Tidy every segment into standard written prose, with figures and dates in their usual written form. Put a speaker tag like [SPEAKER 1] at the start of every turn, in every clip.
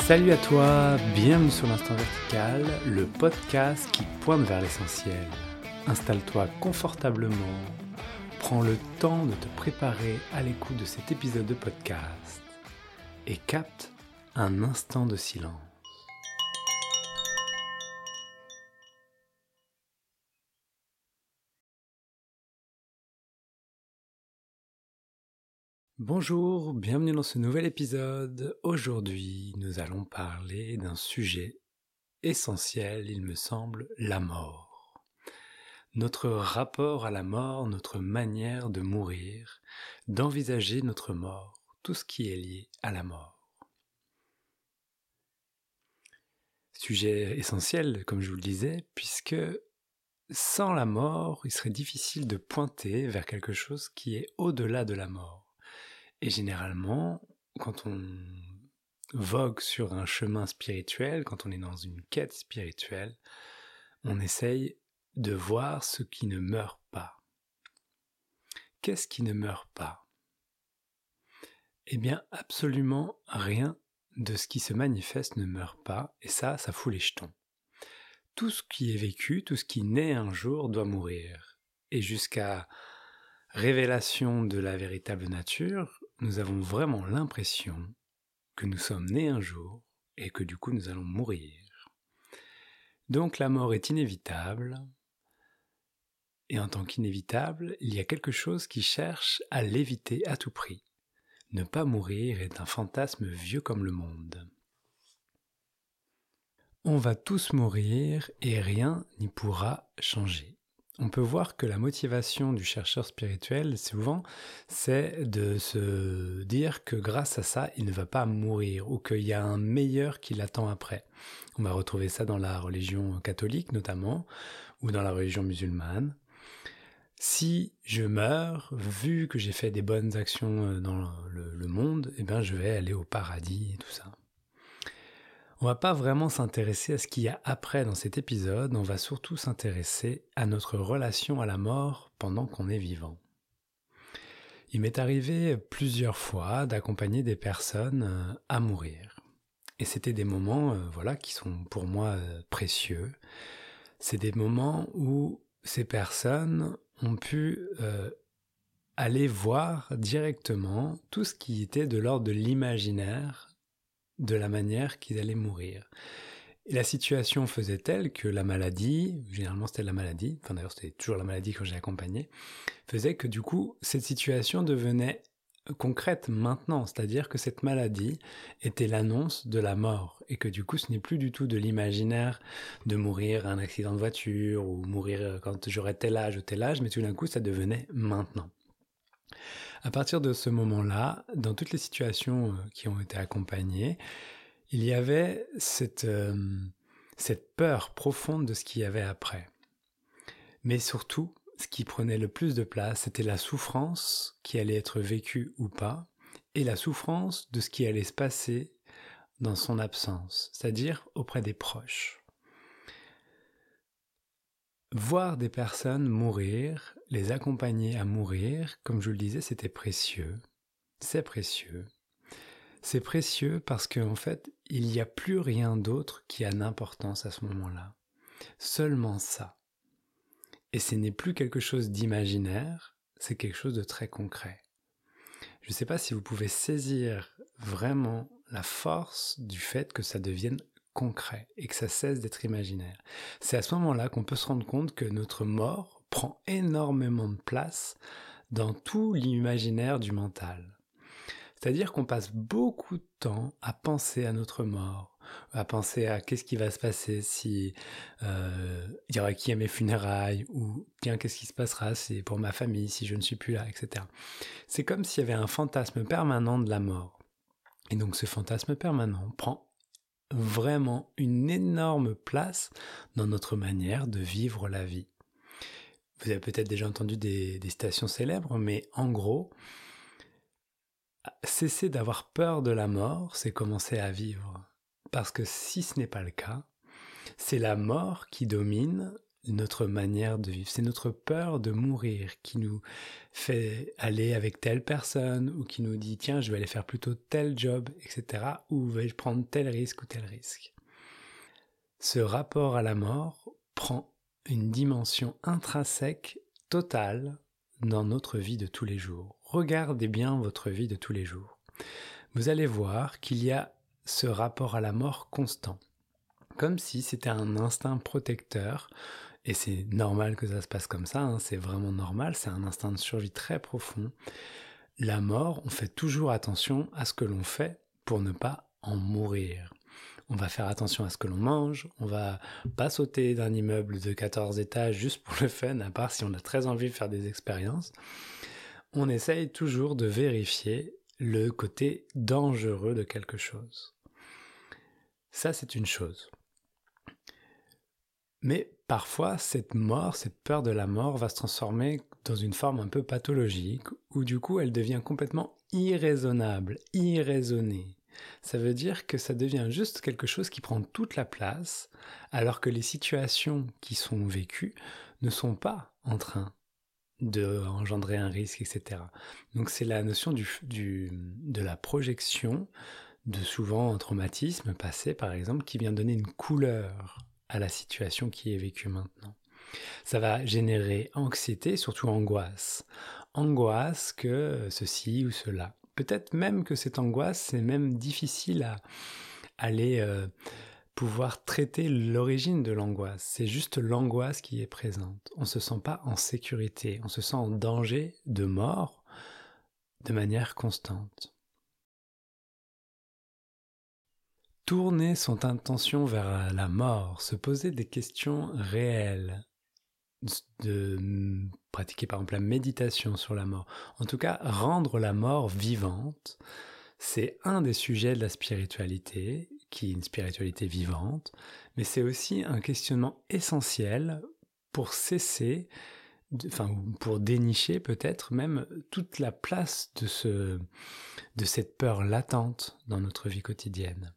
[SPEAKER 1] Salut à toi, bienvenue sur l'Instant Vertical, le podcast qui pointe vers l'essentiel. Installe-toi confortablement, prends le temps de te préparer à l'écoute de cet épisode de podcast et capte un instant de silence. Bonjour, bienvenue dans ce nouvel épisode. Aujourd'hui, nous allons parler d'un sujet essentiel, il me semble, la mort. Notre rapport à la mort, notre manière de mourir, d'envisager notre mort, tout ce qui est lié à la mort. Sujet essentiel, comme je vous le disais, puisque sans la mort, il serait difficile de pointer vers quelque chose qui est au-delà de la mort. Et généralement, quand on vogue sur un chemin spirituel, quand on est dans une quête spirituelle, on essaye de voir ce qui ne meurt pas. Qu'est-ce qui ne meurt pas ? Eh bien, absolument rien de ce qui se manifeste ne meurt pas, et ça fout les jetons. Tout ce qui est vécu, tout ce qui naît un jour doit mourir. Et jusqu'à révélation de la véritable nature, nous avons vraiment l'impression que nous sommes nés un jour et que du coup nous allons mourir. Donc la mort est inévitable, et en tant qu'inévitable, il y a quelque chose qui cherche à l'éviter à tout prix. Ne pas mourir est un fantasme vieux comme le monde. On va tous mourir et rien n'y pourra changer. On peut voir que la motivation du chercheur spirituel, souvent, c'est de se dire que grâce à ça, il ne va pas mourir ou qu'il y a un meilleur qui l'attend après. On va retrouver ça dans la religion catholique notamment, ou dans la religion musulmane. Si je meurs, vu que j'ai fait des bonnes actions dans le monde, eh ben je vais aller au paradis et tout ça. On va pas vraiment s'intéresser à ce qu'il y a après dans cet épisode, on va surtout s'intéresser à notre relation à la mort pendant qu'on est vivant. Il m'est arrivé plusieurs fois d'accompagner des personnes à mourir. Et c'était des moments qui sont pour moi précieux. C'est des moments où ces personnes ont pu aller voir directement tout ce qui était de l'ordre de l'imaginaire de la manière qu'ils allaient mourir. Et la situation faisait telle que la maladie, généralement c'était la maladie, enfin d'ailleurs c'était toujours la maladie quand j'ai accompagné, faisait que du coup cette situation devenait concrète maintenant, c'est-à-dire que cette maladie était l'annonce de la mort et que du coup ce n'est plus du tout de l'imaginaire de mourir à un accident de voiture ou mourir quand j'aurai tel âge ou tel âge, mais tout d'un coup ça devenait maintenant. À partir de ce moment-là, dans toutes les situations qui ont été accompagnées, il y avait cette peur profonde de ce qu'il y avait après. Mais surtout, ce qui prenait le plus de place, c'était la souffrance qui allait être vécue ou pas, et la souffrance de ce qui allait se passer dans son absence, c'est-à-dire auprès des proches. Voir des personnes mourir, les accompagner à mourir, comme je le disais, c'était précieux. C'est précieux. C'est précieux parce qu'en fait, il n'y a plus rien d'autre qui a d'importance à ce moment-là. Seulement ça. Et ce n'est plus quelque chose d'imaginaire, c'est quelque chose de très concret. Je ne sais pas si vous pouvez saisir vraiment la force du fait que ça devienne concret et que ça cesse d'être imaginaire. C'est à ce moment-là qu'on peut se rendre compte que notre mort prend énormément de place dans tout l'imaginaire du mental. C'est-à-dire qu'on passe beaucoup de temps à penser à notre mort, à penser à qu'est-ce qui va se passer si il y aura qui à mes funérailles, ou bien qu'est-ce qui se passera pour ma famille si je ne suis plus là, etc. C'est comme s'il y avait un fantasme permanent de la mort. Et donc ce fantasme permanent prend vraiment une énorme place dans notre manière de vivre la vie. Vous avez peut-être déjà entendu des citations célèbres, mais en gros, cesser d'avoir peur de la mort, c'est commencer à vivre. Parce que si ce n'est pas le cas, c'est la mort qui domine notre manière de vivre. C'est notre peur de mourir qui nous fait aller avec telle personne ou qui nous dit tiens, je vais aller faire plutôt tel job, etc. ou vais-je prendre tel risque ou tel risque. Ce rapport à la mort prend une dimension intrinsèque totale dans notre vie de tous les jours. Regardez bien votre vie de tous les jours. Vous allez voir qu'il y a ce rapport à la mort constant, comme si c'était un instinct protecteur, et c'est normal que ça se passe comme ça, c'est vraiment normal, c'est un instinct de survie très profond. La mort, on fait toujours attention à ce que l'on fait pour ne pas en mourir. On va faire attention à ce que l'on mange, on va pas sauter d'un immeuble de 14 étages juste pour le fun, à part si on a très envie de faire des expériences. On essaye toujours de vérifier le côté dangereux de quelque chose. Ça, c'est une chose. Mais parfois, cette mort, cette peur de la mort va se transformer dans une forme un peu pathologique, où du coup, elle devient complètement irraisonnable, irraisonnée. Ça veut dire que ça devient juste quelque chose qui prend toute la place, alors que les situations qui sont vécues ne sont pas en train d'engendrer un risque, etc. Donc c'est la notion de la projection de souvent un traumatisme passé, par exemple, qui vient donner une couleur à la situation qui est vécue maintenant. Ça va générer anxiété, surtout angoisse. Angoisse que ceci ou cela. Peut-être même que cette angoisse, c'est même difficile à aller pouvoir traiter l'origine de l'angoisse. C'est juste l'angoisse qui est présente. On ne se sent pas en sécurité, on se sent en danger de mort de manière constante. Tourner son intention vers la mort, se poser des questions réelles, de pratiquer par exemple la méditation sur la mort, en tout cas rendre la mort vivante, c'est un des sujets de la spiritualité, qui est une spiritualité vivante, mais c'est aussi un questionnement essentiel pour cesser, pour dénicher peut-être même toute la place de cette peur latente dans notre vie quotidienne.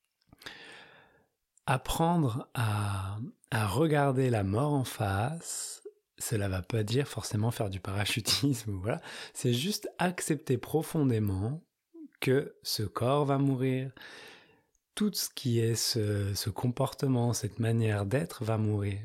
[SPEAKER 1] Apprendre à regarder la mort en face, cela ne va pas dire forcément faire du parachutisme, voilà. C'est juste accepter profondément que ce corps va mourir, tout ce qui est ce comportement, cette manière d'être va mourir.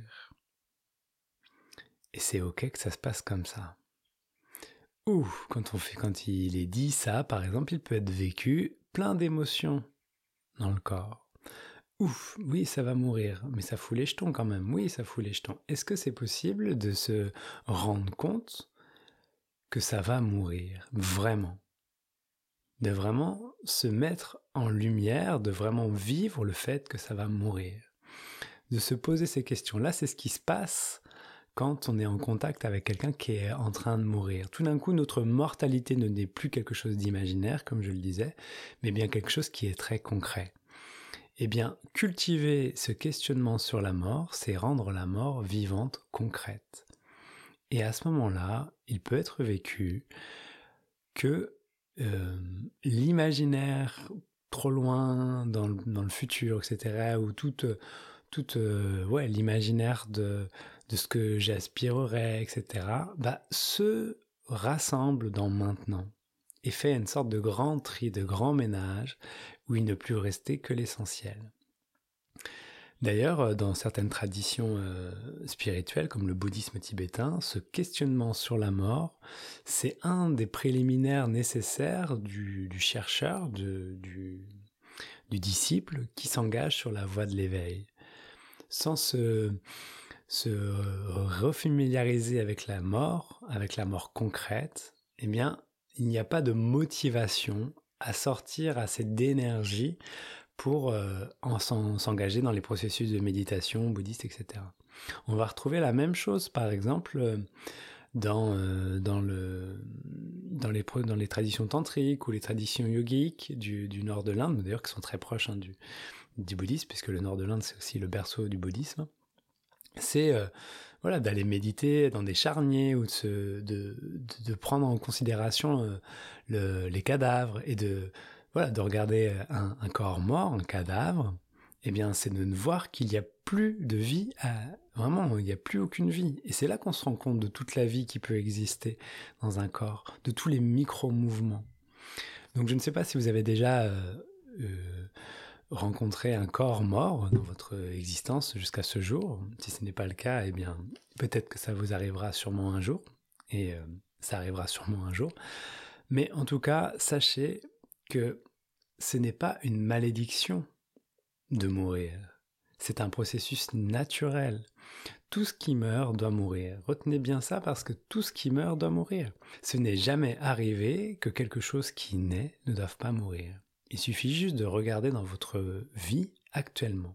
[SPEAKER 1] Et c'est ok que ça se passe comme ça. Ou quand il est dit ça, par exemple, il peut être vécu plein d'émotions dans le corps. Ouf, oui, ça va mourir, mais ça fout les jetons quand même. Oui, ça fout les jetons. Est-ce que c'est possible de se rendre compte que ça va mourir, vraiment? De vraiment se mettre en lumière, de vraiment vivre le fait que ça va mourir. De se poser ces questions-là, c'est ce qui se passe quand on est en contact avec quelqu'un qui est en train de mourir. Tout d'un coup, notre mortalité ne n'est plus quelque chose d'imaginaire, comme je le disais, mais bien quelque chose qui est très concret. Eh bien, cultiver ce questionnement sur la mort, c'est rendre la mort vivante, concrète. Et à ce moment-là, il peut être vécu que l'imaginaire trop loin dans le futur, etc., ou l'imaginaire de ce que j'aspirerais, etc., se rassemble dans maintenant et fait une sorte de grand tri, de grand ménage, où il ne plus rester que l'essentiel. D'ailleurs, dans certaines traditions spirituelles, comme le bouddhisme tibétain, ce questionnement sur la mort, c'est un des préliminaires nécessaires du chercheur, du disciple qui s'engage sur la voie de l'éveil. Sans se refamiliariser avec la mort concrète, eh bien, il n'y a pas de motivation à sortir assez d'énergie pour s'engager dans les processus de méditation bouddhiste, etc. On va retrouver la même chose, par exemple, dans les traditions tantriques ou les traditions yogiques du nord de l'Inde, d'ailleurs qui sont très proches du bouddhisme, puisque le nord de l'Inde, c'est aussi le berceau du bouddhisme. C'est d'aller méditer dans des charniers ou de prendre en considération les cadavres et de regarder un corps mort, un cadavre, eh bien, c'est de voir qu'il n'y a plus de vie, vraiment, il n'y a plus aucune vie. Et c'est là qu'on se rend compte de toute la vie qui peut exister dans un corps, de tous les micro-mouvements. Donc je ne sais pas si vous avez déjà rencontré un corps mort dans votre existence jusqu'à ce jour. Si ce n'est pas le cas, eh bien, peut-être que ça vous arrivera sûrement un jour. Et ça arrivera sûrement un jour. Mais en tout cas, sachez que ce n'est pas une malédiction de mourir. C'est un processus naturel. Tout ce qui meurt doit mourir. Retenez bien ça parce que tout ce qui meurt doit mourir. Ce n'est jamais arrivé que quelque chose qui naît ne doive pas mourir. Il suffit juste de regarder dans votre vie actuellement.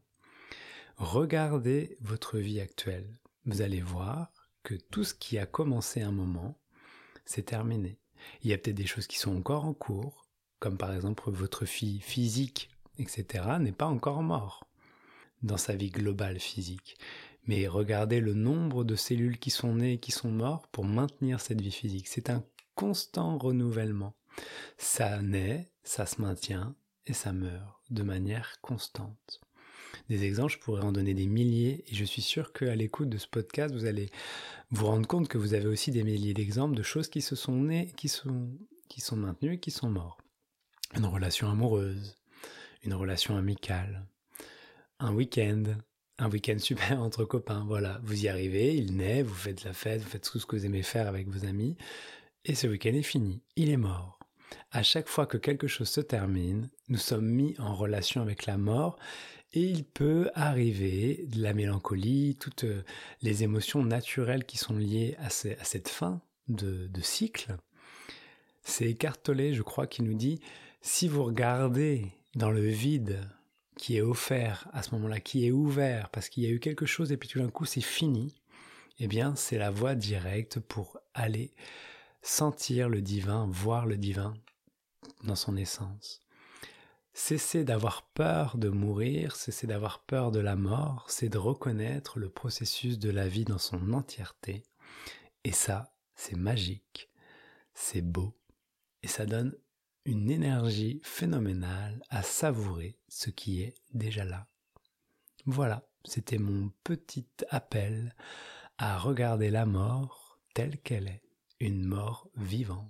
[SPEAKER 1] Regardez votre vie actuelle. Vous allez voir que tout ce qui a commencé un moment, c'est terminé. Il y a peut-être des choses qui sont encore en cours, comme par exemple votre vie physique, etc., n'est pas encore mort dans sa vie globale physique. Mais regardez le nombre de cellules qui sont nées et qui sont mortes pour maintenir cette vie physique. C'est un constant renouvellement. Ça naît, ça se maintient et ça meurt de manière constante. Des exemples, je pourrais en donner des milliers et je suis sûr qu'à l'écoute de ce podcast, vous allez vous rendre compte que vous avez aussi des milliers d'exemples de choses qui se sont nées, qui sont maintenues et qui sont mortes. Une relation amoureuse, une relation amicale, un week-end super entre copains, voilà, vous y arrivez, il naît, vous faites la fête, vous faites tout ce que vous aimez faire avec vos amis, et ce week-end est fini, il est mort. À chaque fois que quelque chose se termine, nous sommes mis en relation avec la mort, et il peut arriver de la mélancolie, toutes les émotions naturelles qui sont liées à cette fin de cycle. C'est Eckhart Tolle, je crois, qui nous dit « Si vous regardez dans le vide qui est offert à ce moment-là, qui est ouvert parce qu'il y a eu quelque chose et puis tout d'un coup c'est fini, eh bien c'est la voie directe pour aller sentir le divin, voir le divin dans son essence. Cesser d'avoir peur de mourir, cesser d'avoir peur de la mort, c'est de reconnaître le processus de la vie dans son entièreté. Et ça, c'est magique, c'est beau, et ça donne une énergie phénoménale à savourer ce qui est déjà là. Voilà, c'était mon petit appel à regarder la mort telle qu'elle est, une mort vivante.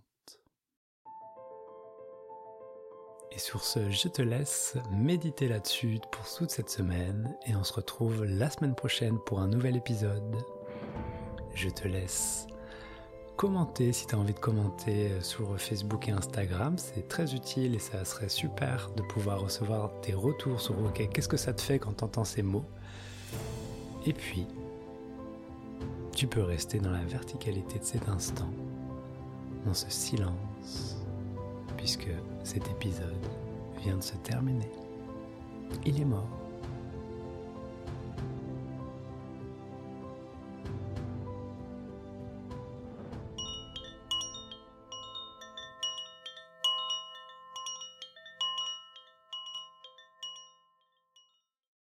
[SPEAKER 1] Et sur ce, je te laisse méditer là-dessus pour toute cette semaine et on se retrouve la semaine prochaine pour un nouvel épisode. Je te laisse commenter si tu as envie de commenter sur Facebook et Instagram, c'est très utile et ça serait super de pouvoir recevoir tes retours sur OK, qu'est-ce que ça te fait quand tu entends ces mots. Et puis, tu peux rester dans la verticalité de cet instant, dans ce silence, puisque cet épisode vient de se terminer. Il est mort.